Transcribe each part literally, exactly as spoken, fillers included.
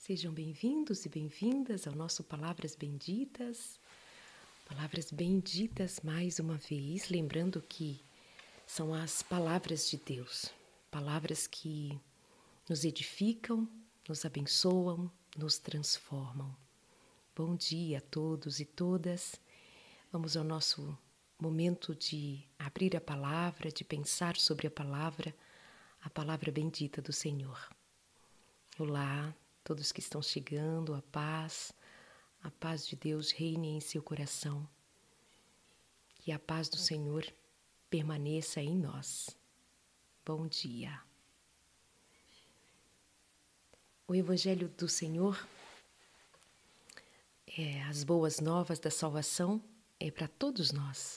Sejam bem-vindos e bem-vindas ao nosso Palavras Benditas. Palavras benditas mais uma vez, lembrando que são as palavras de Deus, palavras que nos edificam, nos abençoam, nos transformam. Bom dia a todos e todas. Vamos ao nosso momento de abrir a palavra, de pensar sobre a palavra, a palavra bendita do Senhor. Olá, todos que estão chegando, a paz, a paz de Deus reine em seu coração. Que a paz do Senhor permaneça em nós. Bom dia. O Evangelho do Senhor, é, as boas novas da salvação, é para todos nós.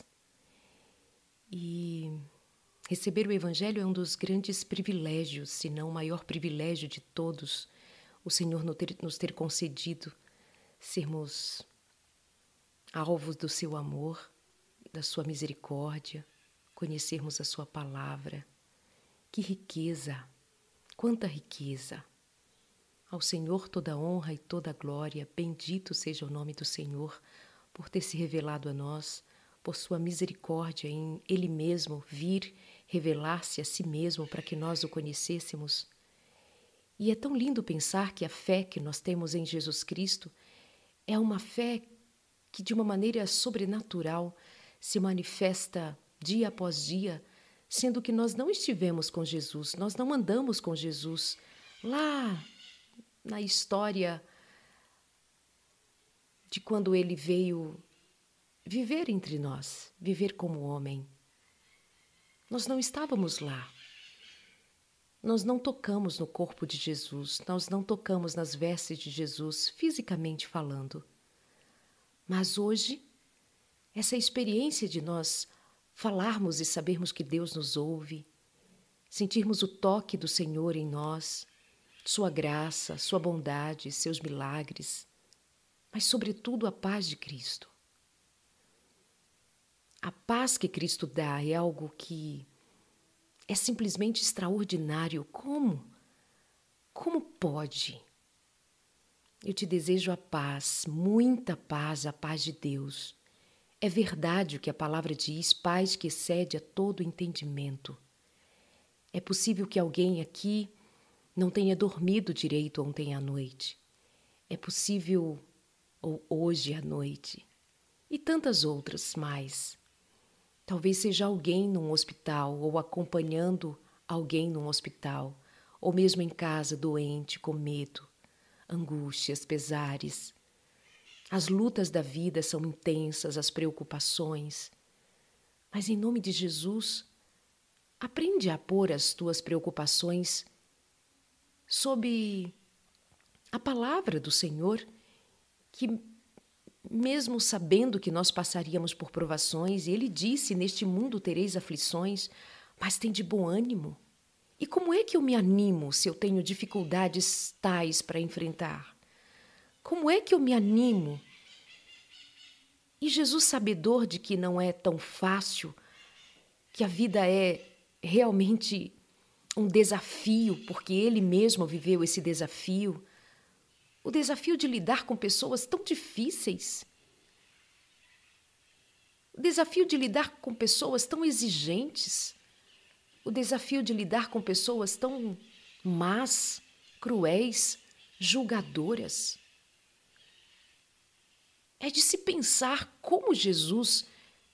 E receber o Evangelho é um dos grandes privilégios, se não o maior privilégio de todos, o Senhor nos ter, nos ter concedido sermos alvos do seu amor, da sua misericórdia, conhecermos a sua palavra. Que riqueza, quanta riqueza! Ao Senhor toda honra e toda glória, bendito seja o nome do Senhor, por ter se revelado a nós, por sua misericórdia em Ele mesmo vir revelar-se a si mesmo para que nós o conhecêssemos. E é tão lindo pensar que a fé que nós temos em Jesus Cristo é uma fé que de uma maneira sobrenatural se manifesta dia após dia, sendo que nós não estivemos com Jesus, nós não andamos com Jesus lá na história de quando ele veio viver entre nós, viver como homem. Nós não estávamos lá. Nós não tocamos no corpo de Jesus, nós não tocamos nas vestes de Jesus, fisicamente falando. Mas hoje, essa experiência de nós falarmos e sabermos que Deus nos ouve, sentirmos o toque do Senhor em nós, sua graça, sua bondade, seus milagres, mas sobretudo a paz de Cristo. A paz que Cristo dá é algo que é simplesmente extraordinário. Como? Como pode? Eu te desejo a paz, muita paz, a paz de Deus. É verdade o que a palavra diz, paz que excede a todo entendimento. É possível que alguém aqui não tenha dormido direito ontem à noite. É possível, ou hoje à noite. E tantas outras mais. Talvez seja alguém num hospital ou acompanhando alguém num hospital, ou mesmo em casa doente, com medo, angústias, pesares. As lutas da vida são intensas, as preocupações. Mas em nome de Jesus, aprende a pôr as tuas preocupações sob a palavra do Senhor, que mesmo sabendo que nós passaríamos por provações, e Ele disse, neste mundo tereis aflições, mas tem de bom ânimo. E como é que eu me animo se eu tenho dificuldades tais para enfrentar? Como é que eu me animo? E Jesus, sabedor de que não é tão fácil, que a vida é realmente um desafio, porque Ele mesmo viveu esse desafio, o desafio de lidar com pessoas tão difíceis. O desafio de lidar com pessoas tão exigentes. O desafio de lidar com pessoas tão más, cruéis, julgadoras. É de se pensar como Jesus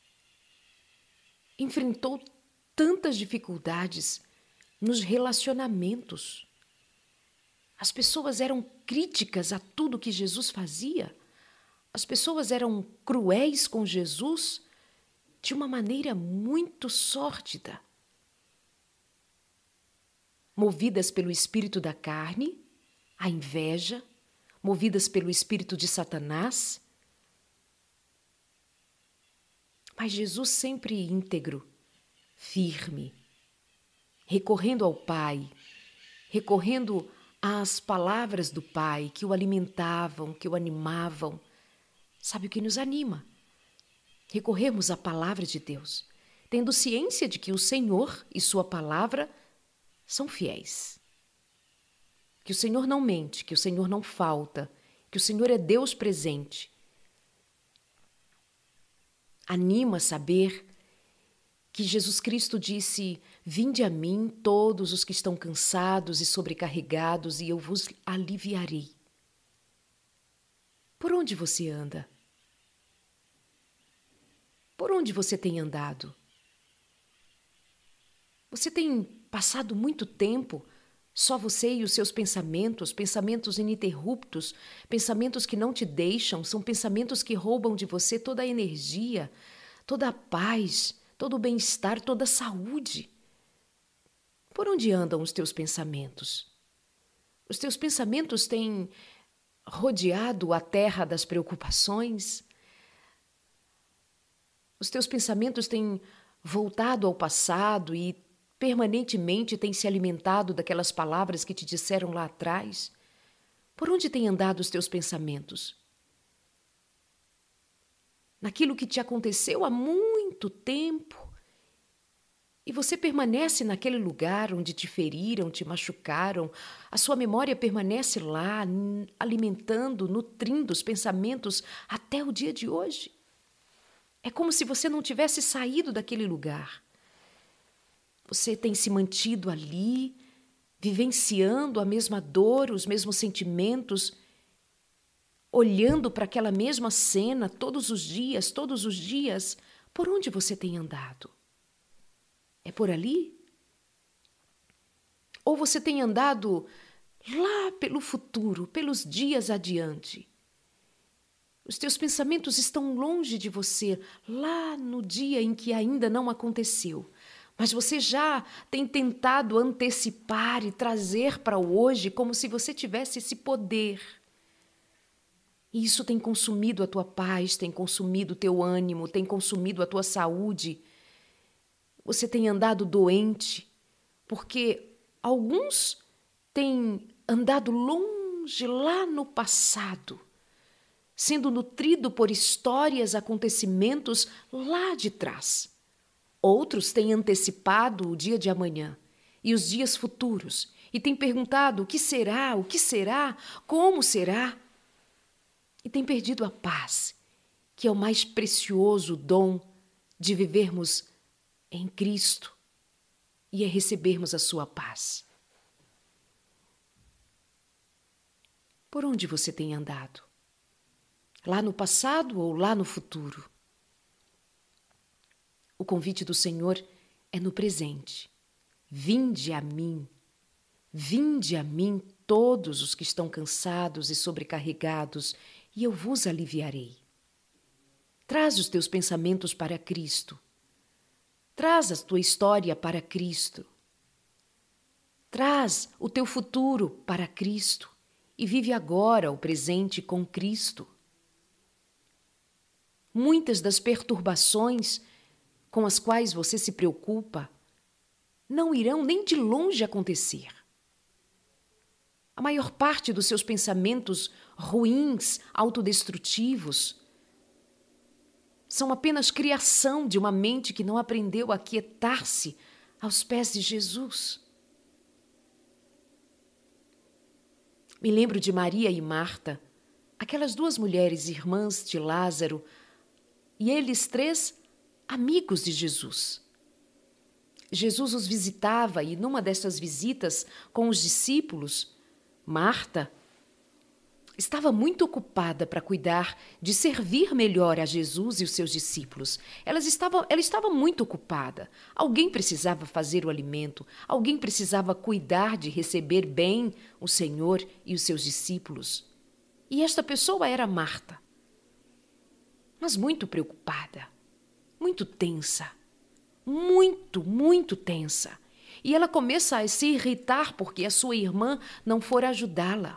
enfrentou tantas dificuldades nos relacionamentos. As pessoas eram críticas a tudo que Jesus fazia. As pessoas eram cruéis com Jesus de uma maneira muito sórdida. Movidas pelo espírito da carne, a inveja, movidas pelo espírito de Satanás. Mas Jesus sempre íntegro, firme, recorrendo ao Pai, recorrendo às palavras do Pai que o alimentavam, que o animavam. Sabe o que nos anima? Recorrermos à palavra de Deus, tendo ciência de que o Senhor e sua palavra são fiéis. que o Senhor não mente, que o Senhor não falta, que o Senhor é Deus presente. Anima saber que Jesus Cristo disse: vinde a mim todos os que estão cansados e sobrecarregados, e eu vos aliviarei. Por onde você anda? Por onde você tem andado? Você tem passado muito tempo, só você e os seus pensamentos, pensamentos ininterruptos, pensamentos que não te deixam, são pensamentos que roubam de você toda a energia, toda a paz, todo o bem-estar, toda a saúde. Por onde andam os teus pensamentos? Os teus pensamentos têm rodeado a terra das preocupações? Os teus pensamentos têm voltado ao passado e permanentemente têm se alimentado daquelas palavras que te disseram lá atrás? Por onde têm andado os teus pensamentos? Naquilo que te aconteceu há muito tempo, e você permanece naquele lugar onde te feriram, te machucaram, a sua memória permanece lá, alimentando, nutrindo os pensamentos até o dia de hoje. É como se você não tivesse saído daquele lugar. Você tem se mantido ali, vivenciando a mesma dor, os mesmos sentimentos, olhando para aquela mesma cena todos os dias, todos os dias. Por onde você tem andado? É por ali? Ou você tem andado lá pelo futuro, pelos dias adiante? Os teus pensamentos estão longe de você, lá no dia em que ainda não aconteceu. Mas você já tem tentado antecipar e trazer para o hoje como se você tivesse esse poder. E isso tem consumido a tua paz, tem consumido o teu ânimo, tem consumido a tua saúde. Você tem andado doente, porque alguns têm andado longe lá no passado, sendo nutrido por histórias, acontecimentos lá de trás. Outros têm antecipado o dia de amanhã e os dias futuros e têm perguntado o que será, o que será, como será, e têm perdido a paz, que é o mais precioso dom de vivermos em Cristo e é recebermos a sua paz. Por onde você tem andado? Lá no passado ou lá no futuro? O convite do Senhor é no presente. Vinde a mim, vinde a mim todos os que estão cansados e sobrecarregados, e eu vos aliviarei. Traz os teus pensamentos para Cristo. Traz a tua história para Cristo. Traz o teu futuro para Cristo e vive agora o presente com Cristo. Muitas das perturbações com as quais você se preocupa não irão nem de longe acontecer. A maior parte dos seus pensamentos ruins, autodestrutivos, são apenas criação de uma mente que não aprendeu a aquietar-se aos pés de Jesus. Me lembro de Maria e Marta, aquelas duas mulheres irmãs de Lázaro, e eles três amigos de Jesus. Jesus os visitava e numa dessas visitas com os discípulos, Marta estava muito ocupada para cuidar de servir melhor a Jesus e os seus discípulos. Ela estava, ela estava muito ocupada. Alguém precisava fazer o alimento, alguém precisava cuidar de receber bem o Senhor e os seus discípulos. E esta pessoa era Marta, mas muito preocupada, muito tensa, muito, muito tensa. E ela começa a se irritar porque a sua irmã não for ajudá-la.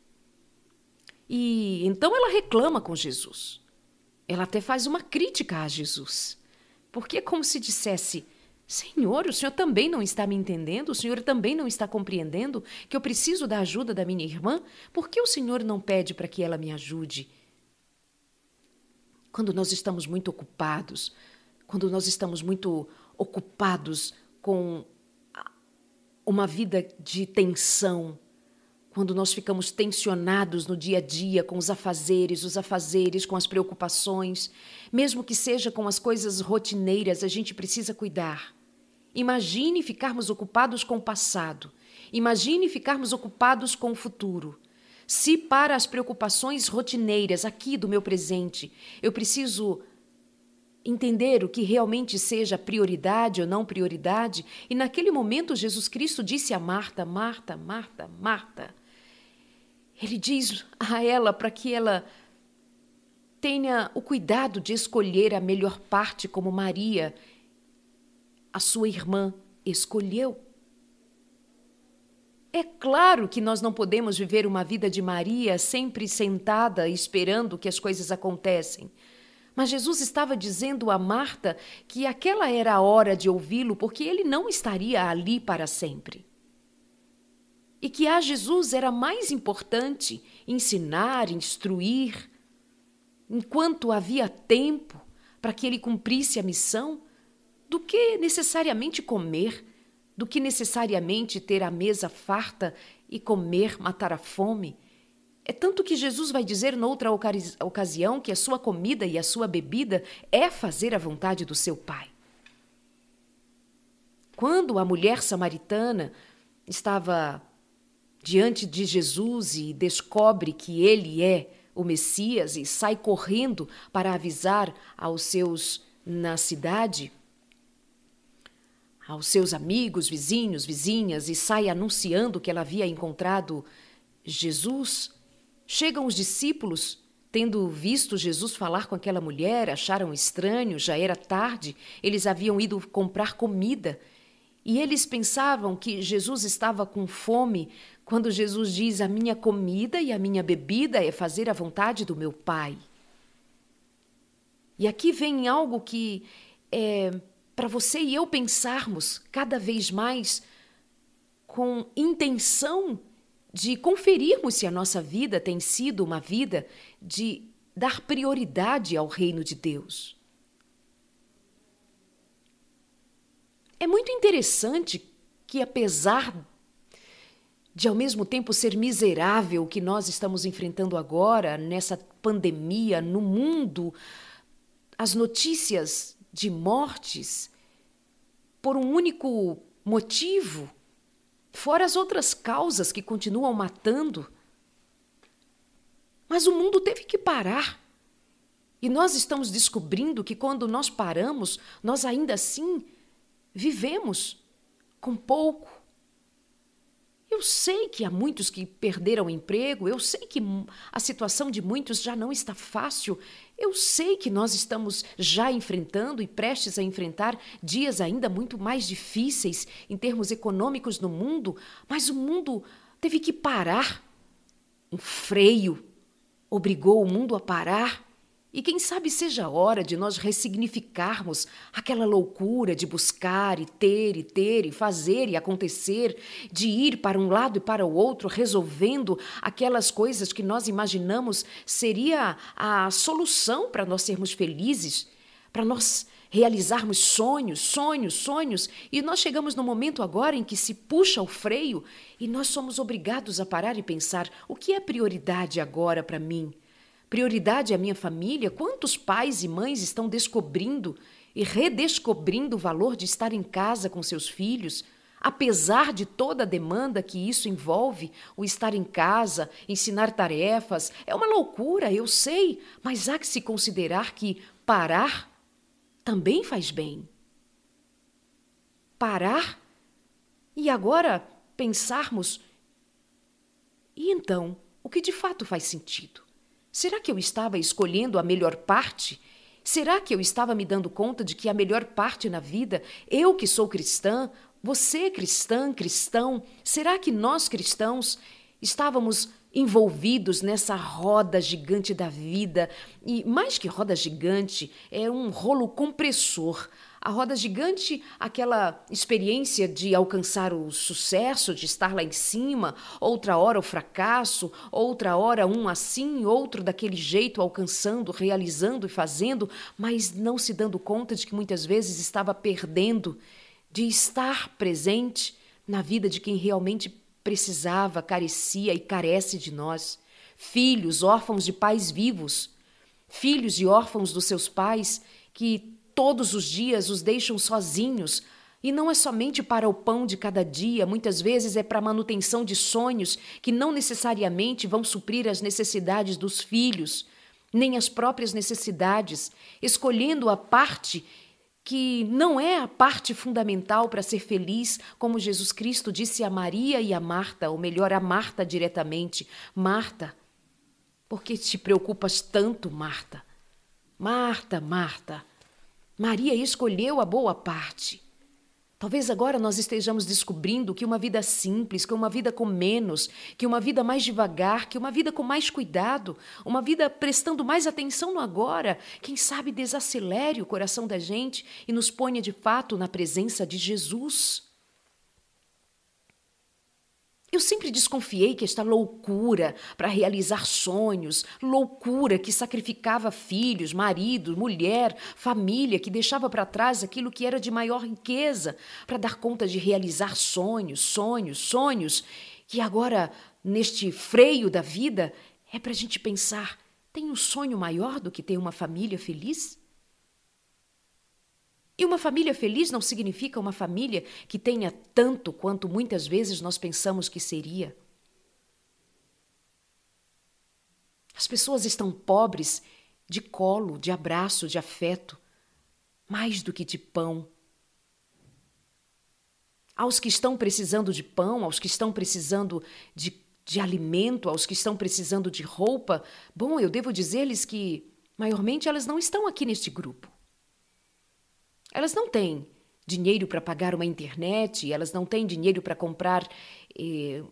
E então ela reclama com Jesus. Ela até faz uma crítica a Jesus, porque é como se dissesse: Senhor, o Senhor também não está me entendendo? O Senhor também não está compreendendo que eu preciso da ajuda da minha irmã? Por que o Senhor não pede para que ela me ajude? Quando nós estamos muito ocupados, quando nós estamos muito ocupados com uma vida de tensão, quando nós ficamos tensionados no dia a dia com os afazeres, os afazeres, com as preocupações, mesmo que seja com as coisas rotineiras, a gente precisa cuidar. Imagine ficarmos ocupados com o passado. Imagine ficarmos ocupados com o futuro. Se para as preocupações rotineiras aqui do meu presente, eu preciso entender o que realmente seja prioridade ou não prioridade, e naquele momento Jesus Cristo disse a Marta, Marta, Marta, Marta. Ele diz a ela para que ela tenha o cuidado de escolher a melhor parte, como Maria, a sua irmã, escolheu. É claro que nós não podemos viver uma vida de Maria sempre sentada esperando que as coisas acontecem. Mas Jesus estava dizendo a Marta que aquela era a hora de ouvi-lo, porque ele não estaria ali para sempre. E que a Jesus era mais importante ensinar, instruir, enquanto havia tempo para que ele cumprisse a missão, do que necessariamente comer, do que necessariamente ter a mesa farta e comer, matar a fome. É tanto que Jesus vai dizer noutra ocasião que a sua comida e a sua bebida é fazer a vontade do seu Pai. Quando a mulher samaritana estava diante de Jesus e descobre que ele é o Messias e sai correndo para avisar aos seus na cidade, aos seus amigos, vizinhos, vizinhas, e sai anunciando que ela havia encontrado Jesus, chegam os discípulos, tendo visto Jesus falar com aquela mulher, acharam estranho, já era tarde, eles haviam ido comprar comida, e eles pensavam que Jesus estava com fome, quando Jesus diz, a minha comida e a minha bebida é fazer a vontade do meu Pai. E aqui vem algo que é para você e eu pensarmos cada vez mais com intenção de conferirmos se a nossa vida tem sido uma vida de dar prioridade ao reino de Deus. É muito interessante que, apesar de ao mesmo tempo ser miserável o que nós estamos enfrentando agora, nessa pandemia, no mundo, as notícias de mortes por um único motivo, fora as outras causas que continuam matando. Mas o mundo teve que parar. E nós estamos descobrindo que quando nós paramos, nós ainda assim vivemos com pouco. Eu sei que há muitos que perderam o emprego, eu sei que a situação de muitos já não está fácil, eu sei que nós estamos já enfrentando e prestes a enfrentar dias ainda muito mais difíceis em termos econômicos no mundo, mas o mundo teve que parar. Um freio obrigou o mundo a parar. E quem sabe seja a hora de nós ressignificarmos aquela loucura de buscar e ter e ter e fazer e acontecer, de ir para um lado e para o outro, resolvendo aquelas coisas que nós imaginamos seria a solução para nós sermos felizes, para nós realizarmos sonhos, sonhos, sonhos, e nós chegamos no momento agora em que se puxa o freio e nós somos obrigados a parar e pensar, o que é prioridade agora para mim? Prioridade é a minha família? Quantos pais e mães estão descobrindo e redescobrindo o valor de estar em casa com seus filhos, apesar de toda a demanda que isso envolve, o estar em casa, ensinar tarefas? É uma loucura, eu sei, mas há que se considerar que parar também faz bem. Parar e agora pensarmos, e então, o que de fato faz sentido? Será que eu estava escolhendo a melhor parte? Será que eu estava me dando conta de que a melhor parte na vida, eu que sou cristã, você cristã, cristão, será que nós cristãos estávamos envolvidos nessa roda gigante da vida? E mais que roda gigante, é um rolo compressor. A roda gigante, aquela experiência de alcançar o sucesso, de estar lá em cima, outra hora o fracasso, outra hora um assim, outro daquele jeito, alcançando, realizando e fazendo, mas não se dando conta de que muitas vezes estava perdendo, de estar presente na vida de quem realmente precisava, carecia e carece de nós. Filhos, órfãos de pais vivos, filhos e órfãos dos seus pais que todos os dias os deixam sozinhos. E não é somente para o pão de cada dia, muitas vezes é para a manutenção de sonhos que não necessariamente vão suprir as necessidades dos filhos, nem as próprias necessidades, escolhendo a parte que não é a parte fundamental para ser feliz, como Jesus Cristo disse a Maria e a Marta, ou melhor, a Marta diretamente. Marta, por que te preocupas tanto, Marta? Marta, Marta, Maria escolheu a boa parte. Talvez agora nós estejamos descobrindo que uma vida simples, que uma vida com menos, que uma vida mais devagar, que uma vida com mais cuidado, uma vida prestando mais atenção no agora, quem sabe desacelere o coração da gente e nos ponha de fato na presença de Jesus. Eu sempre desconfiei que esta loucura para realizar sonhos, loucura que sacrificava filhos, marido, mulher, família, que deixava para trás aquilo que era de maior riqueza, para dar conta de realizar sonhos, sonhos, sonhos, que agora, neste freio da vida, é para a gente pensar, tem um sonho maior do que ter uma família feliz? E uma família feliz não significa uma família que tenha tanto quanto muitas vezes nós pensamos que seria. As pessoas estão pobres de colo, de abraço, de afeto, mais do que de pão. Aos que estão precisando de pão, aos que estão precisando de, de alimento, aos que estão precisando de roupa, bom, eu devo dizer-lhes que, maiormente, elas não estão aqui neste grupo. Elas não têm dinheiro para pagar uma internet, elas não têm dinheiro para comprar eh,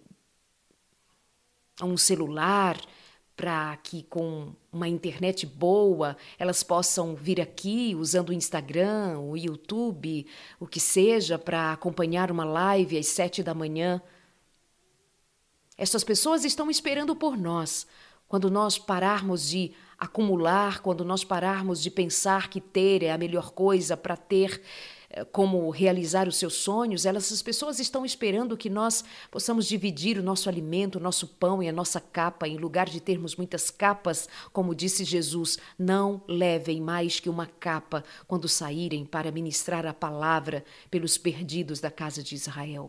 um celular, para que com uma internet boa elas possam vir aqui usando o Instagram, o YouTube, o que seja, para acompanhar uma live às sete da manhã. Essas pessoas estão esperando por nós. Quando nós pararmos de acumular, quando nós pararmos de pensar que ter é a melhor coisa para ter como realizar os seus sonhos, elas, essas pessoas estão esperando que nós possamos dividir o nosso alimento, o nosso pão e a nossa capa, em lugar de termos muitas capas, como disse Jesus, não levem mais que uma capa quando saírem para ministrar a palavra pelos perdidos da casa de Israel.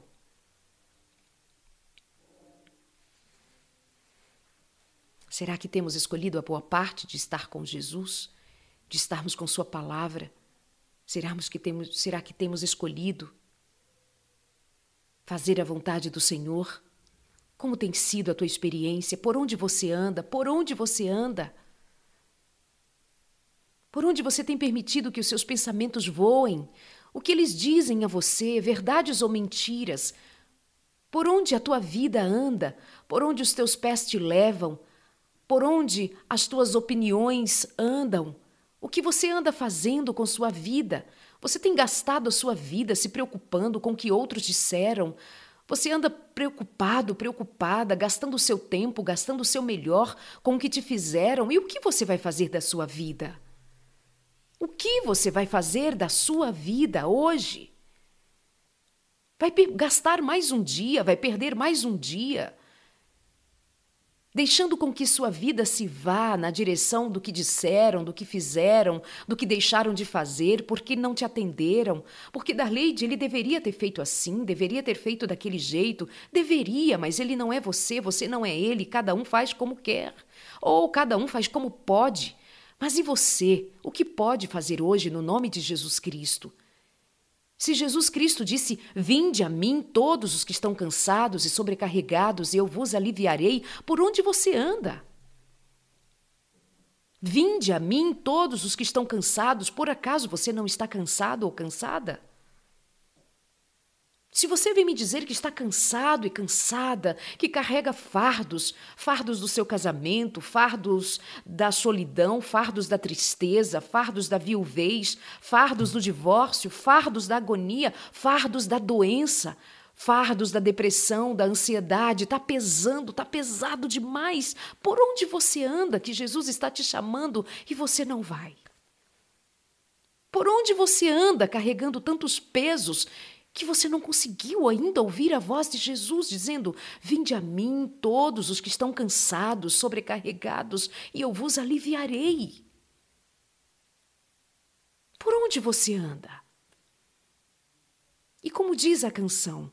Será que temos escolhido a boa parte de estar com Jesus, de estarmos com sua palavra? Será que temos, será que temos escolhido fazer a vontade do Senhor? Como tem sido a tua experiência? Por onde você anda? Por onde você anda? Por onde você tem permitido que os seus pensamentos voem? O que eles dizem a você, verdades ou mentiras? Por onde a tua vida anda? Por onde os teus pés te levam? Por onde as tuas opiniões andam? O que você anda fazendo com sua vida? Você tem gastado a sua vida se preocupando com o que outros disseram? Você anda preocupado, preocupada, gastando o seu tempo, gastando o seu melhor com o que te fizeram? E o que você vai fazer da sua vida? O que você vai fazer da sua vida hoje? Vai gastar mais um dia, vai perder mais um dia, deixando com que sua vida se vá na direção do que disseram, do que fizeram, do que deixaram de fazer, porque não te atenderam, porque Darleide, ele deveria ter feito assim, deveria ter feito daquele jeito, deveria, mas ele não é você, você não é ele, cada um faz como quer, ou cada um faz como pode. Mas e você? O que pode fazer hoje no nome de Jesus Cristo? Se Jesus Cristo disse, vinde a mim todos os que estão cansados e sobrecarregados e eu vos aliviarei, por onde você anda? Vinde a mim todos os que estão cansados, por acaso você não está cansado ou cansada? Se você vem me dizer que está cansado e cansada, que carrega fardos, fardos do seu casamento, fardos da solidão, fardos da tristeza, fardos da viuvez, fardos do divórcio, fardos da agonia, fardos da doença, fardos da depressão, da ansiedade, está pesando, está pesado demais. Por onde você anda que Jesus está te chamando e você não vai? Por onde você anda carregando tantos pesos Que você não conseguiu ainda ouvir a voz de Jesus dizendo: vinde a mim todos os que estão cansados, sobrecarregados, e eu vos aliviarei. Por onde você anda? E como diz a canção,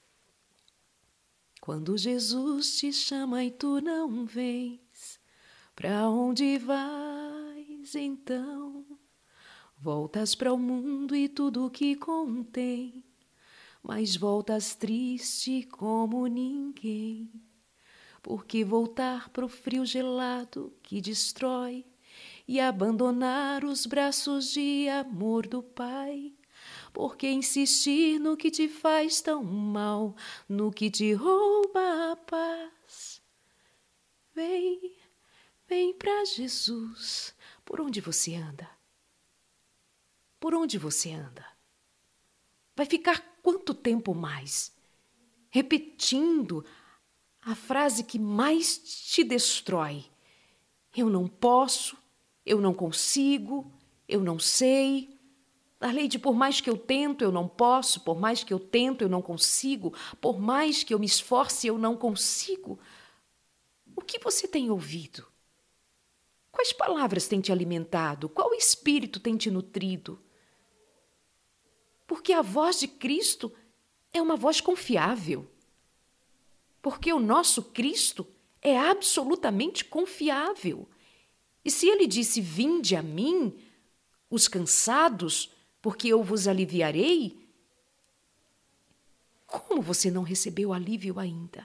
quando Jesus te chama e tu não vens, para onde vais então? Voltas para o mundo e tudo o que contém, mas voltas triste como ninguém, porque voltar pro frio gelado que destrói e abandonar os braços de amor do Pai, porque insistir no que te faz tão mal, no que te rouba a paz. Vem, vem pra Jesus. Por onde você anda? Por onde você anda? Vai ficar quanto tempo mais repetindo a frase que mais te destrói? Eu não posso, eu não consigo, eu não sei. Darleide, por mais que eu tento, eu não posso, por mais que eu tento, eu não consigo, por mais que eu me esforce, eu não consigo. O que você tem ouvido? Quais palavras têm te alimentado? Qual espírito tem te nutrido? Porque a voz de Cristo é uma voz confiável. Porque o nosso Cristo é absolutamente confiável. E se ele disse, vinde a mim, os cansados, porque eu vos aliviarei, como você não recebeu alívio ainda?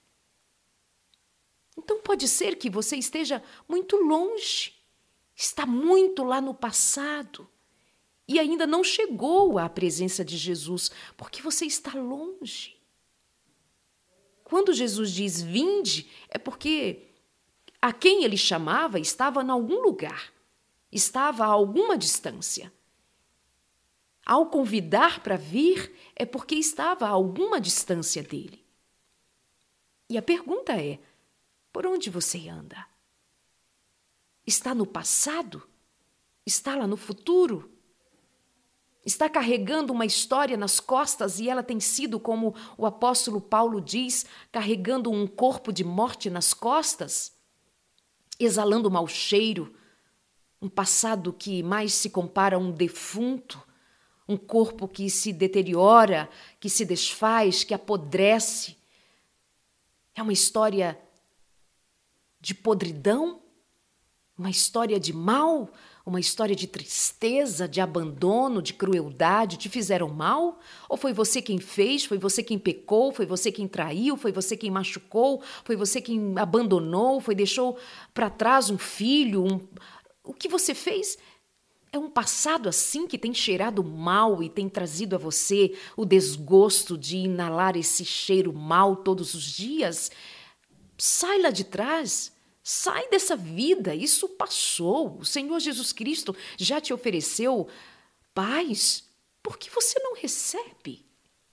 Então pode ser que você esteja muito longe, está muito lá no passado e ainda não chegou à presença de Jesus, porque você está longe. Quando Jesus diz vinde, é porque a quem ele chamava estava em algum lugar, estava a alguma distância. Ao convidar para vir, é porque estava a alguma distância dele. E a pergunta é, por onde você anda? Está no passado? Está lá no futuro? Está carregando uma história nas costas e ela tem sido, como o apóstolo Paulo diz, carregando um corpo de morte nas costas? Exalando mau cheiro, um passado que mais se compara a um defunto, um corpo que se deteriora, que se desfaz, que apodrece. É uma história de podridão, uma história de mal, uma história de tristeza, de abandono, de crueldade. Te fizeram mal? Ou foi você quem fez? Foi você quem pecou? Foi você quem traiu? Foi você quem machucou? Foi você quem abandonou? Foi deixou para trás um filho? Um... O que você fez é um passado assim que tem cheirado mal e tem trazido a você o desgosto de inalar esse cheiro mal todos os dias? Sai lá de trás. Sai dessa vida, isso passou. O Senhor Jesus Cristo já te ofereceu paz. Por que você não recebe?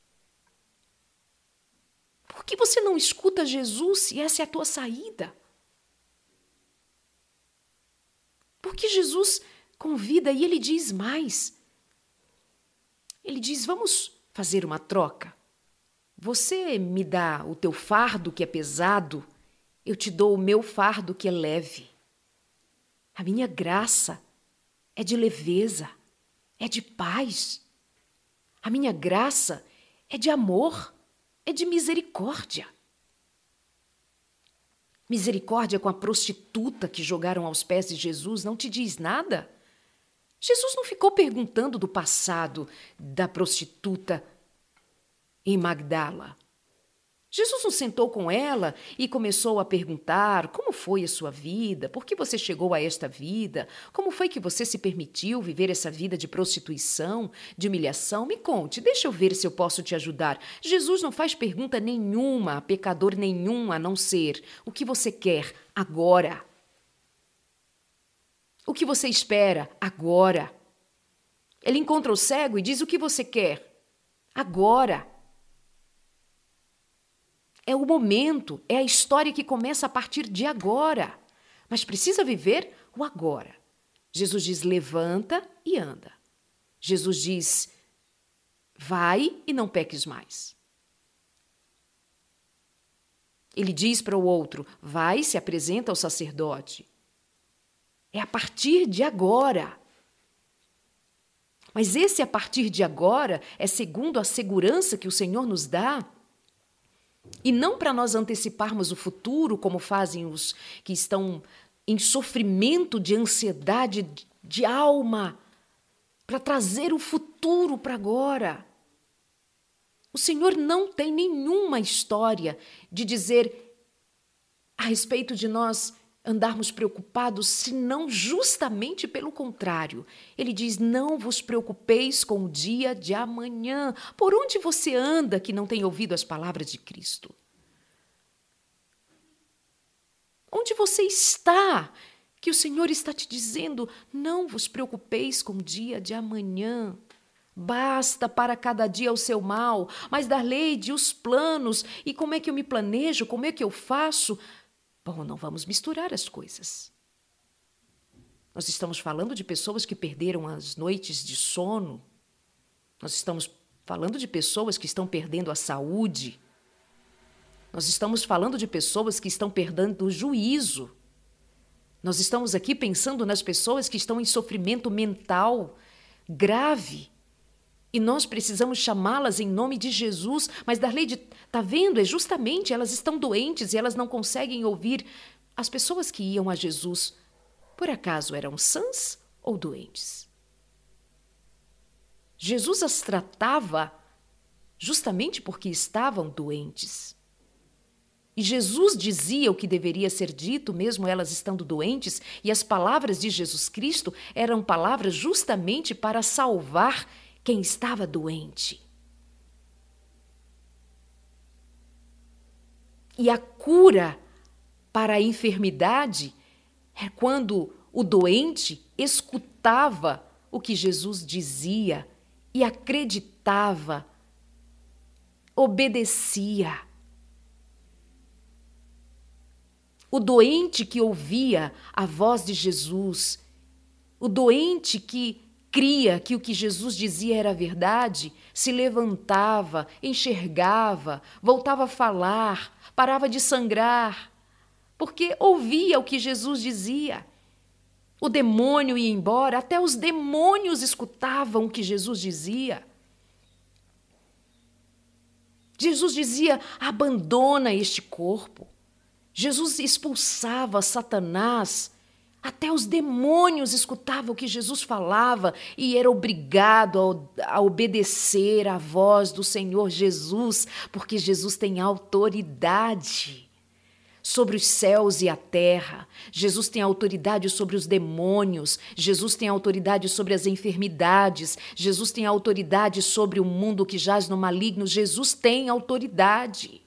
Por que você não escuta Jesus se essa é a tua saída? Porque Jesus convida e ele diz mais. Ele diz, vamos fazer uma troca. Você me dá o teu fardo que é pesado, eu te dou o meu fardo que é leve. A minha graça é de leveza, é de paz. A minha graça é de amor, é de misericórdia. Misericórdia com a prostituta que jogaram aos pés de Jesus não te diz nada? Jesus não ficou perguntando do passado da prostituta em Magdala. Jesus não sentou com ela e começou a perguntar como foi a sua vida, por que você chegou a esta vida, como foi que você se permitiu viver essa vida de prostituição, de humilhação? Me conte, deixa eu ver se eu posso te ajudar. Jesus não faz pergunta nenhuma a pecador nenhum, a não ser o que você quer agora. O que você espera agora. Ele encontra o cego e diz o que você quer agora. É o momento, é a história que começa a partir de agora. Mas precisa viver o agora. Jesus diz, levanta e anda. Jesus diz, vai e não peques mais. Ele diz para o outro, vai e se apresenta ao sacerdote. É a partir de agora. Mas esse a partir de agora é segundo a segurança que o Senhor nos dá. E não para nós anteciparmos o futuro, como fazem os que estão em sofrimento de ansiedade de alma, para trazer o futuro para agora. O Senhor não tem nenhuma história de dizer a respeito de nós andarmos preocupados, senão justamente pelo contrário. Ele diz, não vos preocupeis com o dia de amanhã. Por onde você anda que não tem ouvido as palavras de Cristo? Onde você está que o Senhor está te dizendo, não vos preocupeis com o dia de amanhã. Basta para cada dia o seu mal, mas da lei de os planos, e como é que eu me planejo, como é que eu faço? Bom, não vamos misturar as coisas. Nós estamos falando de pessoas que perderam as noites de sono. Nós estamos falando de pessoas que estão perdendo a saúde. Nós estamos falando de pessoas que estão perdendo o juízo. Nós estamos aqui pensando nas pessoas que estão em sofrimento mental grave. E nós precisamos chamá-las em nome de Jesus, mas Darleide, está vendo? É justamente, elas estão doentes e elas não conseguem ouvir. As pessoas que iam a Jesus, por acaso eram sãs ou doentes? Jesus as tratava justamente porque estavam doentes. E Jesus dizia o que deveria ser dito, mesmo elas estando doentes, e as palavras de Jesus Cristo eram palavras justamente para salvar quem estava doente. E a cura para a enfermidade é quando o doente escutava o que Jesus dizia e acreditava, obedecia. O doente que ouvia a voz de Jesus, o doente que cria que o que Jesus dizia era verdade, se levantava, enxergava, voltava a falar, parava de sangrar, porque ouvia o que Jesus dizia. O demônio ia embora, até os demônios escutavam o que Jesus dizia. Jesus dizia, abandona este corpo. Jesus expulsava Satanás. Até os demônios escutavam o que Jesus falava e era obrigado a, a obedecer à voz do Senhor Jesus, porque Jesus tem autoridade sobre os céus e a terra. Jesus tem autoridade sobre os demônios. Jesus tem autoridade sobre as enfermidades. Jesus tem autoridade sobre o mundo que jaz no maligno. Jesus tem autoridade.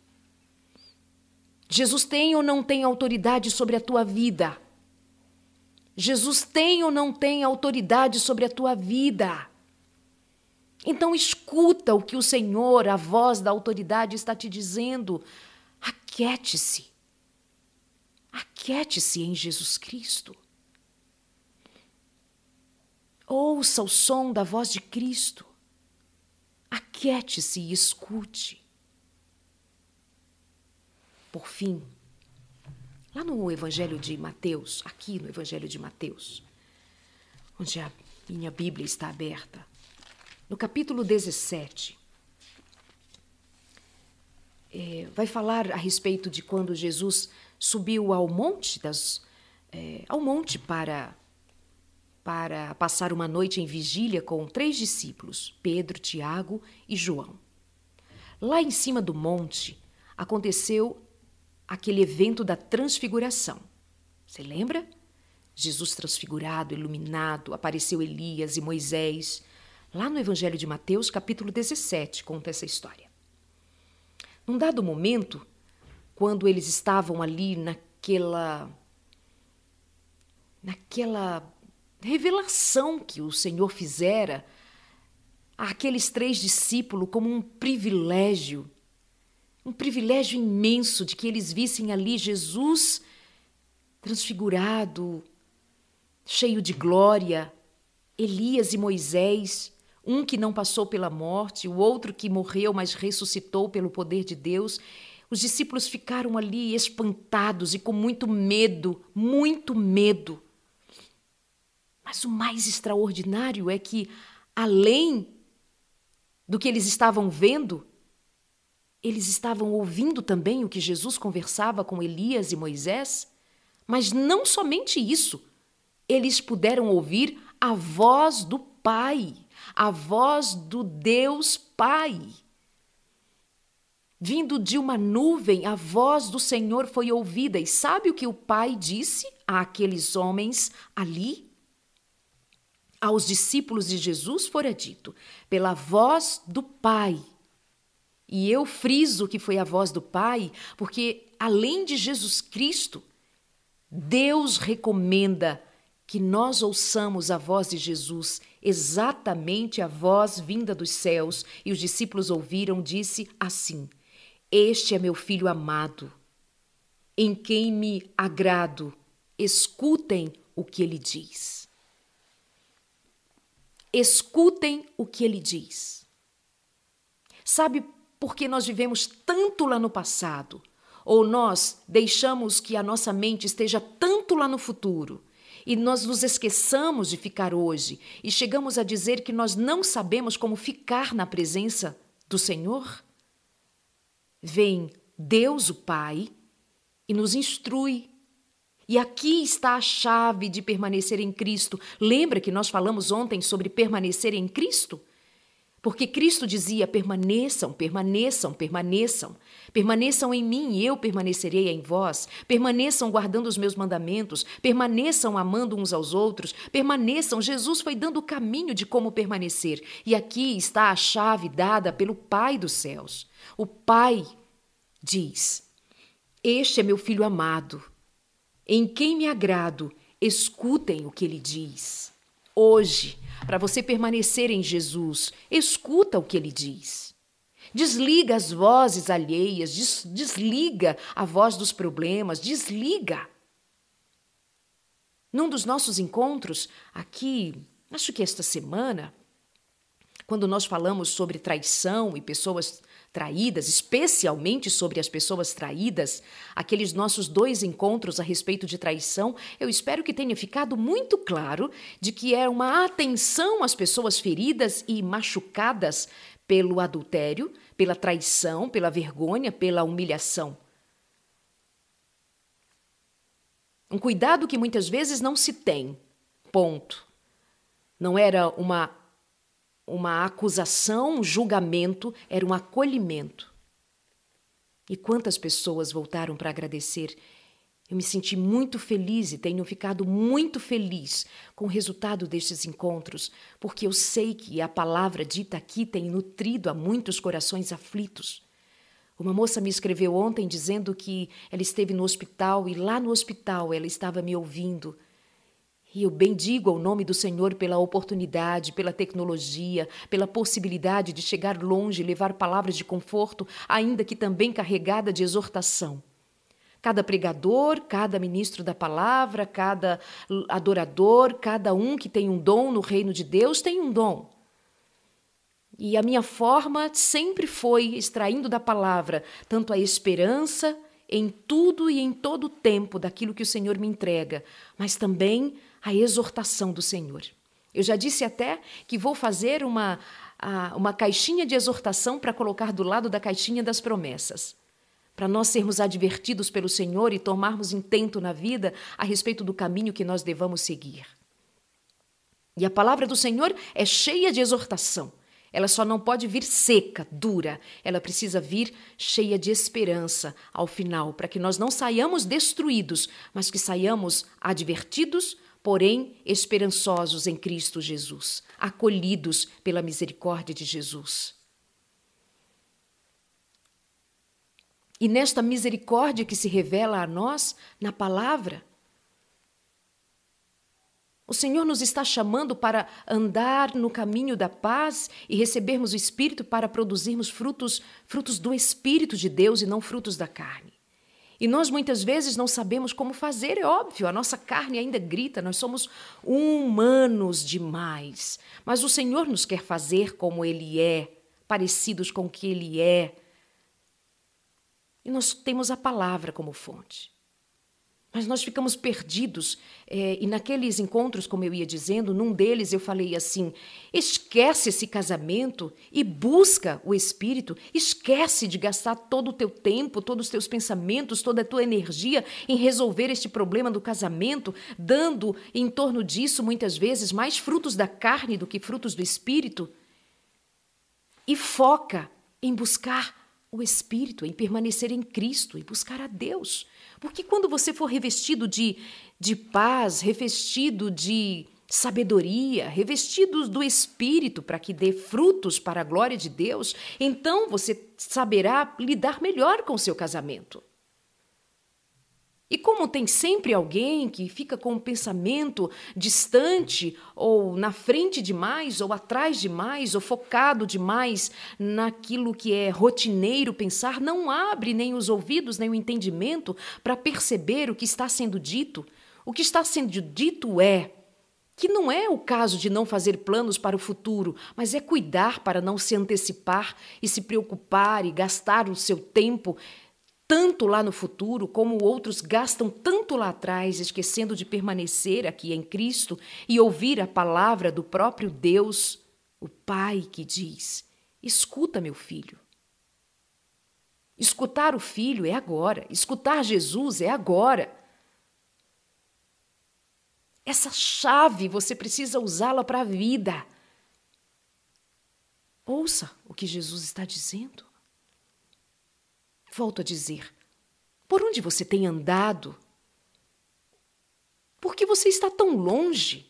Jesus tem ou não tem autoridade sobre a tua vida? Jesus tem ou não tem autoridade sobre a tua vida? Então escuta o que o Senhor, a voz da autoridade, está te dizendo. Aquiete-se. Aquiete-se em Jesus Cristo. Ouça o som da voz de Cristo. Aquiete-se e escute. Por fim, lá no Evangelho de Mateus, aqui no Evangelho de Mateus, onde a minha Bíblia está aberta, no capítulo dezessete, é, vai falar a respeito de quando Jesus subiu ao monte, das, é, ao monte para, para passar uma noite em vigília com três discípulos, Pedro, Tiago e João. Lá em cima do monte aconteceu aquele evento da transfiguração. Você lembra? Jesus transfigurado, iluminado, apareceu Elias e Moisés. Lá no Evangelho de Mateus, capítulo dezessete, conta essa história. Num dado momento, quando eles estavam ali naquela, naquela revelação que o Senhor fizera àqueles três discípulos como um privilégio, um privilégio imenso de que eles vissem ali Jesus transfigurado, cheio de glória, Elias e Moisés, Um que não passou pela morte, o outro que morreu, mas ressuscitou pelo poder de Deus. Os discípulos ficaram ali espantados e com muito medo, muito medo. Mas o mais extraordinário é que, além do que eles estavam vendo, eles estavam ouvindo também o que Jesus conversava com Elias e Moisés. Mas não somente isso, eles puderam ouvir a voz do Pai, a voz do Deus Pai. Vindo de uma nuvem, a voz do Senhor foi ouvida. E sabe o que o Pai disse àqueles homens ali? Aos discípulos de Jesus fora dito, pela voz do Pai. E eu friso que foi a voz do Pai, porque além de Jesus Cristo, Deus recomenda que nós ouçamos a voz de Jesus, exatamente a voz vinda dos céus. E os discípulos ouviram, disse assim: Este é meu filho amado, em quem me agrado. Escutem o que ele diz. Escutem o que ele diz. Sabe por que nós vivemos tanto lá no passado? Ou nós deixamos que a nossa mente esteja tanto lá no futuro e nós nos esqueçamos de ficar hoje e chegamos a dizer que nós não sabemos como ficar na presença do Senhor? Vem Deus, o Pai, e nos instrui. E aqui está a chave de permanecer em Cristo. Lembra que nós falamos ontem sobre permanecer em Cristo? Porque Cristo dizia: permaneçam, permaneçam, permaneçam. Permaneçam em mim e eu permanecerei em vós. Permaneçam guardando os meus mandamentos. Permaneçam amando uns aos outros. Permaneçam. Jesus foi dando o caminho de como permanecer. E aqui está a chave dada pelo Pai dos céus. O Pai diz: Este é meu filho amado, em quem me agrado. Escutem o que ele diz. Hoje, para você permanecer em Jesus, escuta o que ele diz. Desliga as vozes alheias, des, desliga a voz dos problemas, desliga. Num dos nossos encontros, aqui, acho que esta semana, quando nós falamos sobre traição e pessoas traídas, especialmente sobre as pessoas traídas, aqueles nossos dois encontros a respeito de traição, eu espero que tenha ficado muito claro de que é uma atenção às pessoas feridas e machucadas pelo adultério, pela traição, pela vergonha, pela humilhação. Um cuidado que muitas vezes não se tem. Ponto. Não era uma Uma acusação, um julgamento, era um acolhimento. E quantas pessoas voltaram para agradecer? Eu me senti muito feliz e tenho ficado muito feliz com o resultado destes encontros, porque eu sei que a palavra dita aqui tem nutrido a muitos corações aflitos. Uma moça me escreveu ontem dizendo que ela esteve no hospital e lá no hospital ela estava me ouvindo. E eu bendigo ao nome do Senhor pela oportunidade, pela tecnologia, pela possibilidade de chegar longe e levar palavras de conforto, ainda que também carregada de exortação. Cada pregador, cada ministro da palavra, cada adorador, cada um que tem um dom no reino de Deus tem um dom. E a minha forma sempre foi extraindo da palavra tanto a esperança em tudo e em todo o tempo daquilo que o Senhor me entrega, mas também a exortação do Senhor. Eu já disse até que vou fazer uma, uma caixinha de exortação para colocar do lado da caixinha das promessas, para nós sermos advertidos pelo Senhor e tomarmos intento na vida a respeito do caminho que nós devamos seguir. E a palavra do Senhor é cheia de exortação. Ela só não pode vir seca, dura. Ela precisa vir cheia de esperança ao final, para que nós não saiamos destruídos, mas que saiamos advertidos, porém esperançosos em Cristo Jesus, acolhidos pela misericórdia de Jesus. E nesta misericórdia que se revela a nós na palavra, o Senhor nos está chamando para andar no caminho da paz e recebermos o Espírito para produzirmos frutos, frutos do Espírito de Deus e não frutos da carne. E nós muitas vezes não sabemos como fazer, é óbvio, a nossa carne ainda grita, nós somos humanos demais. Mas o Senhor nos quer fazer como Ele é, parecidos com o que Ele é. E nós temos a palavra como fonte. Mas nós ficamos perdidos, é, e naqueles encontros, como eu ia dizendo, num deles eu falei assim, esquece esse casamento e busca o Espírito, esquece de gastar todo o teu tempo, todos os teus pensamentos, toda a tua energia em resolver este problema do casamento, dando em torno disso, muitas vezes, mais frutos da carne do que frutos do Espírito, e foca em buscar o Espírito, em permanecer em Cristo e buscar a Deus. Porque quando você for revestido de, de paz, revestido de sabedoria, revestido do Espírito para que dê frutos para a glória de Deus, então você saberá lidar melhor com o seu casamento. E como tem sempre alguém que fica com um pensamento distante, ou na frente demais, ou atrás demais, ou focado demais naquilo que é rotineiro pensar, não abre nem os ouvidos, nem o entendimento para perceber o que está sendo dito. O que está sendo dito é que não é o caso de não fazer planos para o futuro, mas é cuidar para não se antecipar e se preocupar e gastar o seu tempo tanto lá no futuro, como outros gastam tanto lá atrás, esquecendo de permanecer aqui em Cristo e ouvir a palavra do próprio Deus, o Pai que diz, escuta, meu filho. Escutar o Filho é agora, escutar Jesus é agora. Essa chave você precisa usá-la para a vida. Ouça o que Jesus está dizendo. Volto a dizer, por onde você tem andado? Por que você está tão longe?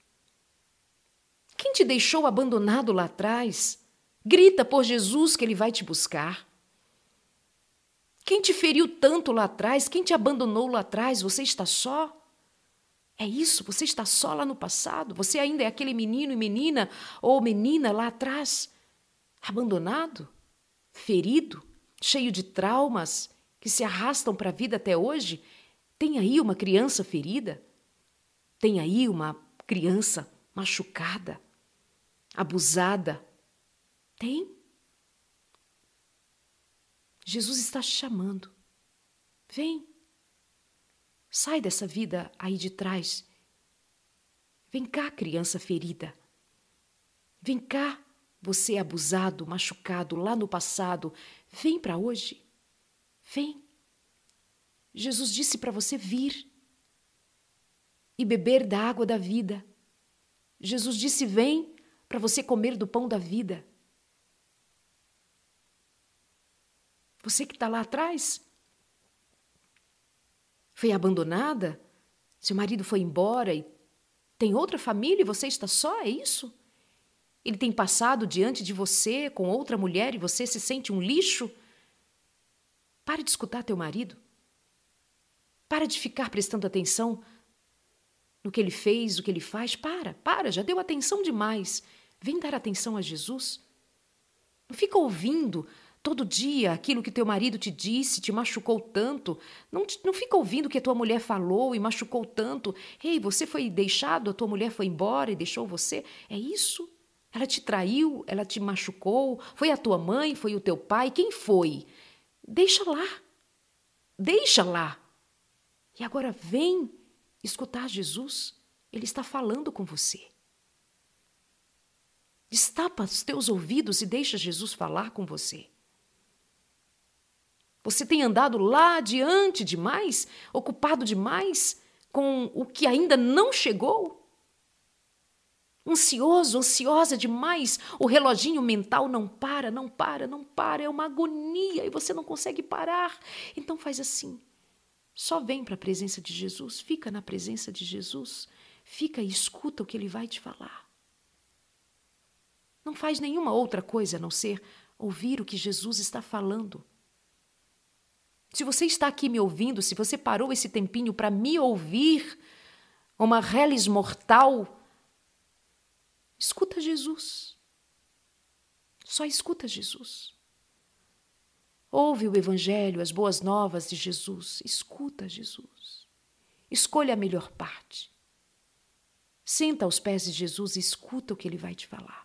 Quem te deixou abandonado lá atrás? Grita por Jesus que Ele vai te buscar. Quem te feriu tanto lá atrás? Quem te abandonou lá atrás? Você está só? É isso, você está só lá no passado? Você ainda é aquele menino e menina ou menina lá atrás, abandonado, ferido? Cheio de traumas que se arrastam para a vida até hoje? Tem aí uma criança ferida? Tem aí uma criança machucada, abusada? Tem? Jesus está te chamando. Vem. Sai dessa vida aí de trás. Vem cá, criança ferida. Vem cá. Você é abusado, machucado lá no passado, vem para hoje. Vem. Jesus disse para você vir e beber da água da vida. Jesus disse, vem para você comer do pão da vida. Você que está lá atrás, foi abandonada, seu marido foi embora e tem outra família e você está só, é isso? Ele tem passado diante de você com outra mulher e você se sente um lixo? Pare de escutar teu marido. Para de ficar prestando atenção no que ele fez, o que ele faz. Para, para, já deu atenção demais. Vem dar atenção a Jesus. Não fica ouvindo todo dia aquilo que teu marido te disse, te machucou tanto. Não, te, não fica ouvindo o que a tua mulher falou e machucou tanto. Ei, você foi deixado, a tua mulher foi embora e deixou você. É isso? Ela te traiu, ela te machucou, foi a tua mãe, foi o teu pai, quem foi? Deixa lá, deixa lá. E agora vem escutar Jesus, Ele está falando com você. Destapa os teus ouvidos e deixa Jesus falar com você. Você tem andado lá adiante demais, ocupado demais com o que ainda não chegou? Ansioso, ansiosa demais, o reloginho mental não para, não para, não para, é uma agonia e você não consegue parar. Então faz assim, só vem para a presença de Jesus, fica na presença de Jesus, fica e escuta o que Ele vai te falar. Não faz nenhuma outra coisa a não ser ouvir o que Jesus está falando. Se você está aqui me ouvindo, se você parou esse tempinho para me ouvir, uma reles mortal, escuta Jesus. Só escuta Jesus. Ouve o Evangelho, as boas novas de Jesus. Escuta Jesus. Escolha a melhor parte. Senta aos pés de Jesus e escuta o que Ele vai te falar.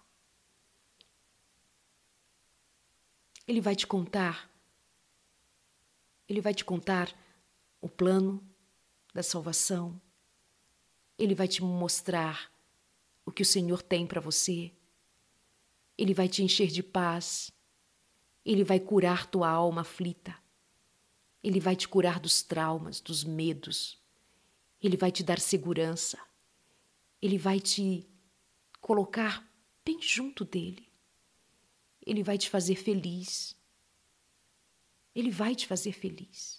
Ele vai te contar. Ele vai te contar o plano da salvação. Ele vai te mostrar o que o Senhor tem para você. Ele vai te encher de paz. Ele vai curar tua alma aflita. Ele vai te curar dos traumas, dos medos. Ele vai te dar segurança. Ele vai te colocar bem junto dele. Ele vai te fazer feliz. Ele vai te fazer feliz.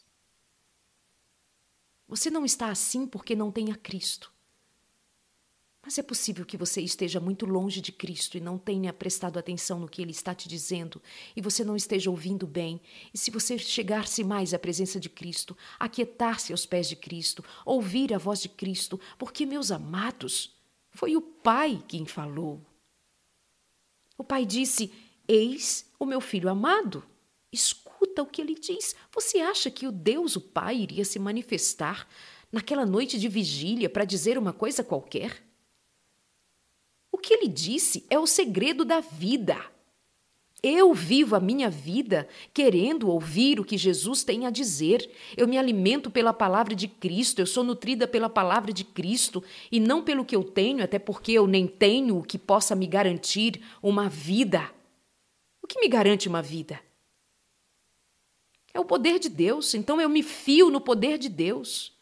Você não está assim porque não tem a Cristo. Mas é possível que você esteja muito longe de Cristo e não tenha prestado atenção no que Ele está te dizendo e você não esteja ouvindo bem. E se você chegar-se mais à presença de Cristo, aquietar-se aos pés de Cristo, ouvir a voz de Cristo, porque, meus amados, foi o Pai quem falou. O Pai disse, eis o meu filho amado. Escuta o que Ele diz. Você acha que o Deus, o Pai, iria se manifestar naquela noite de vigília para dizer uma coisa qualquer? O que Ele disse é o segredo da vida. Eu vivo a minha vida querendo ouvir o que Jesus tem a dizer. Eu me alimento pela palavra de Cristo, eu sou nutrida pela palavra de Cristo e não pelo que eu tenho, até porque eu nem tenho o que possa me garantir uma vida. O que me garante uma vida? É o poder de Deus, então eu me fio no poder de Deus.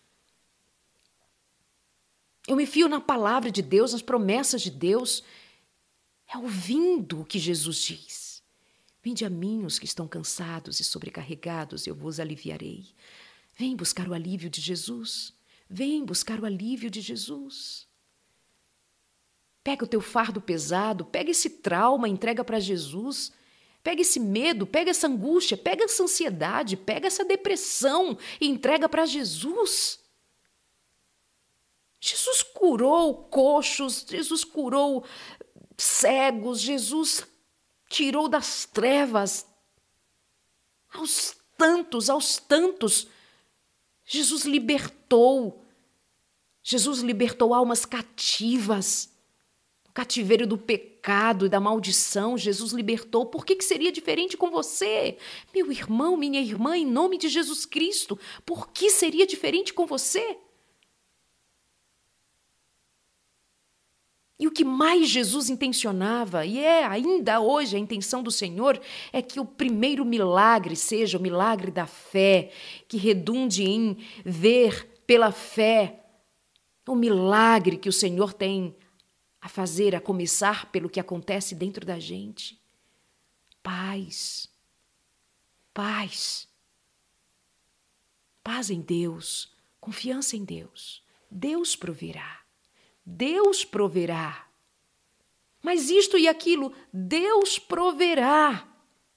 Eu me fio na palavra de Deus, nas promessas de Deus. É ouvindo o que Jesus diz. Vinde a mim os que estão cansados e sobrecarregados, eu vos aliviarei. Vem buscar o alívio de Jesus. Vem buscar o alívio de Jesus. Pega o teu fardo pesado, pega esse trauma, entrega para Jesus. Pega esse medo, pega essa angústia, pega essa ansiedade, pega essa depressão e entrega para Jesus. Jesus curou coxos, Jesus curou cegos, Jesus tirou das trevas. Aos tantos, aos tantos, Jesus libertou. Jesus libertou almas cativas. O cativeiro do pecado e da maldição, Jesus libertou. Por que que seria diferente com você? Meu irmão, minha irmã, em nome de Jesus Cristo, por que seria diferente com você? E o que mais Jesus intencionava, e é ainda hoje a intenção do Senhor, é que o primeiro milagre seja o milagre da fé, que redunde em ver pela fé o milagre que o Senhor tem a fazer, a começar pelo que acontece dentro da gente. Paz, paz, paz em Deus, confiança em Deus. Deus proverá. Deus proverá. Mas isto e aquilo, Deus proverá.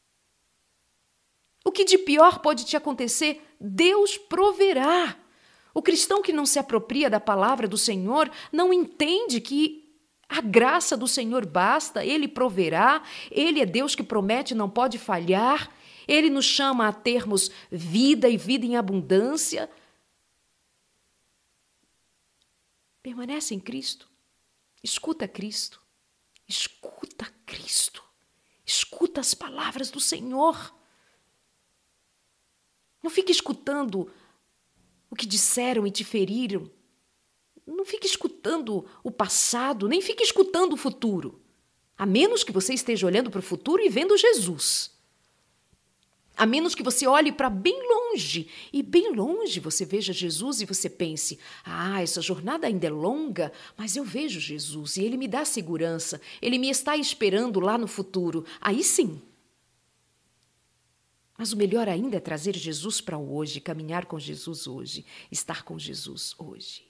O que de pior pode te acontecer, Deus proverá. O cristão que não se apropria da palavra do Senhor não entende que a graça do Senhor basta, Ele proverá, Ele é Deus que promete e não pode falhar, Ele nos chama a termos vida e vida em abundância. Permanece em Cristo, escuta Cristo, escuta Cristo, escuta as palavras do Senhor. Não fique escutando o que disseram e te feriram, não fique escutando o passado, nem fique escutando o futuro, a menos que você esteja olhando para o futuro e vendo Jesus. A menos que você olhe para bem longe, e bem longe você veja Jesus e você pense, ah, essa jornada ainda é longa, mas eu vejo Jesus e Ele me dá segurança, Ele me está esperando lá no futuro. Aí sim. Mas o melhor ainda é trazer Jesus para o hoje, caminhar com Jesus hoje, estar com Jesus hoje.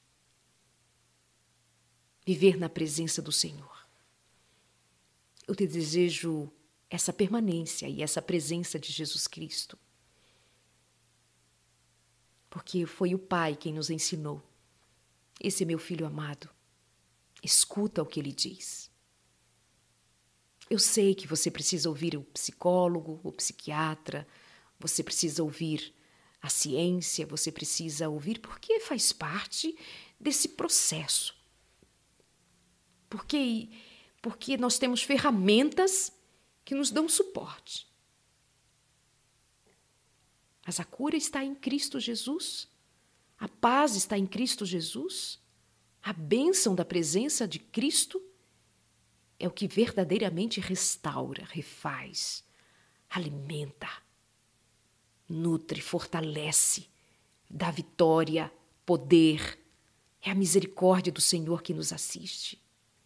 Viver na presença do Senhor. Eu te desejo essa permanência e essa presença de Jesus Cristo. Porque foi o Pai quem nos ensinou. Esse é meu filho amado. Escuta o que Ele diz. Eu sei que você precisa ouvir o psicólogo, o psiquiatra, Você precisa ouvir a ciência, você precisa ouvir porque faz parte desse processo. Porque, porque nós temos ferramentas que nos dão suporte. Mas a cura está em Cristo Jesus, a paz está em Cristo Jesus, a bênção da presença de Cristo é o que verdadeiramente restaura, refaz, alimenta, nutre, fortalece, dá vitória, poder. É a misericórdia do Senhor que nos assiste.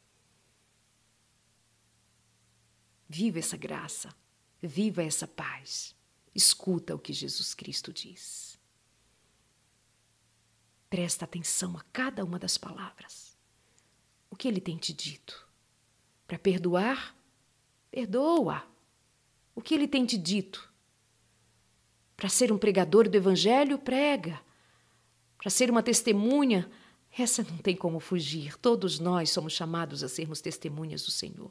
Viva essa graça, viva essa paz. Escuta o que Jesus Cristo diz. Presta atenção a cada uma das palavras. O que Ele tem te dito? Para perdoar? Perdoa. O que Ele tem te dito? Para ser um pregador do Evangelho? Prega. Para ser uma testemunha? Essa não tem como fugir. Todos nós somos chamados a sermos testemunhas do Senhor.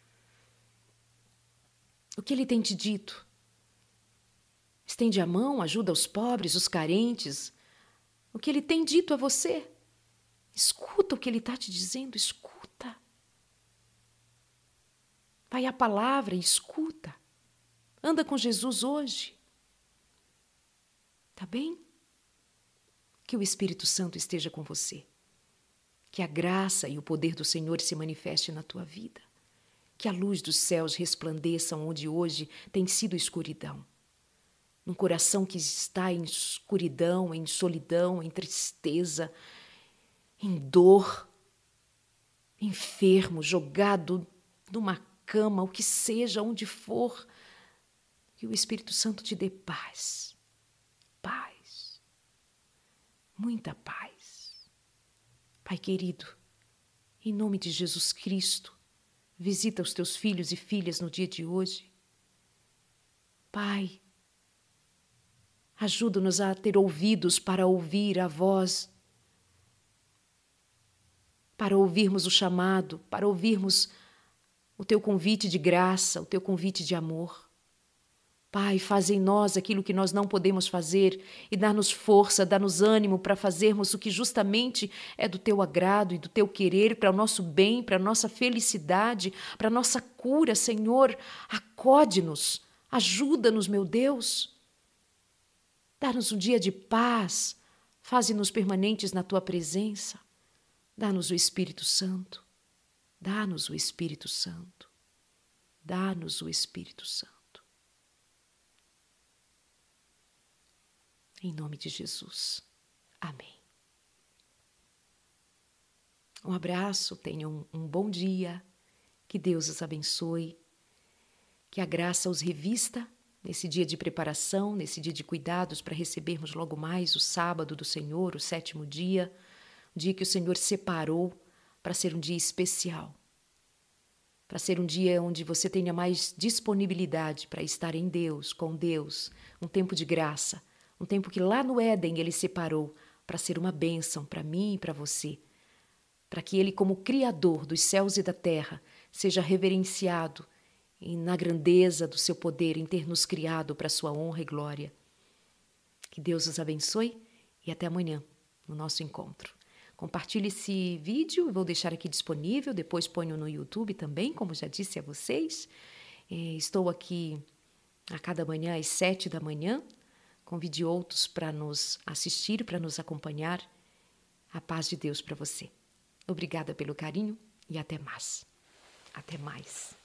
O que Ele tem te dito? Estende a mão, ajuda os pobres, os carentes. O que Ele tem dito a você? Escuta o que Ele está te dizendo, escuta. Vai à palavra e escuta. Anda com Jesus hoje. Tá bem? Que o Espírito Santo esteja com você. Que a graça e o poder do Senhor se manifeste na tua vida. Que a luz dos céus resplandeça onde hoje tem sido escuridão. Num coração que está em escuridão, em solidão, em tristeza, em dor, enfermo, jogado numa cama, o que seja, onde for, que o Espírito Santo te dê paz, paz, muita paz. Pai querido, em nome de Jesus Cristo, visita os teus filhos e filhas no dia de hoje. Pai, ajuda-nos a ter ouvidos para ouvir a voz, para ouvirmos o chamado, para ouvirmos o teu convite de graça, o teu convite de amor. Pai, faz em nós aquilo que nós não podemos fazer e dá-nos força, dá-nos ânimo para fazermos o que justamente é do teu agrado e do teu querer, para o nosso bem, para a nossa felicidade, para a nossa cura, Senhor. Acode-nos, ajuda-nos, meu Deus. Dá-nos um dia de paz, faze-nos permanentes na tua presença. Dá-nos o Espírito Santo, dá-nos o Espírito Santo, dá-nos o Espírito Santo. Em nome de Jesus. Amém. Um abraço, tenham um bom dia, que Deus os abençoe, que a graça os revista nesse dia de preparação, nesse dia de cuidados para recebermos logo mais o sábado do Senhor, o sétimo dia, o dia que o Senhor separou para ser um dia especial, para ser um dia onde você tenha mais disponibilidade para estar em Deus, com Deus, um tempo de graça, um tempo que lá no Éden Ele separou para ser uma bênção para mim e para você, para que Ele, como Criador dos céus e da terra, seja reverenciado e na grandeza do seu poder em ter nos criado para a sua honra e glória. Que Deus os abençoe e até amanhã no nosso encontro. Compartilhe esse vídeo, eu vou deixar aqui disponível, depois ponho no YouTube também, como já disse a vocês. Estou aqui a cada manhã às sete da manhã, convide outros para nos assistir, para nos acompanhar. A paz de Deus para você. Obrigada pelo carinho e até mais. Até mais.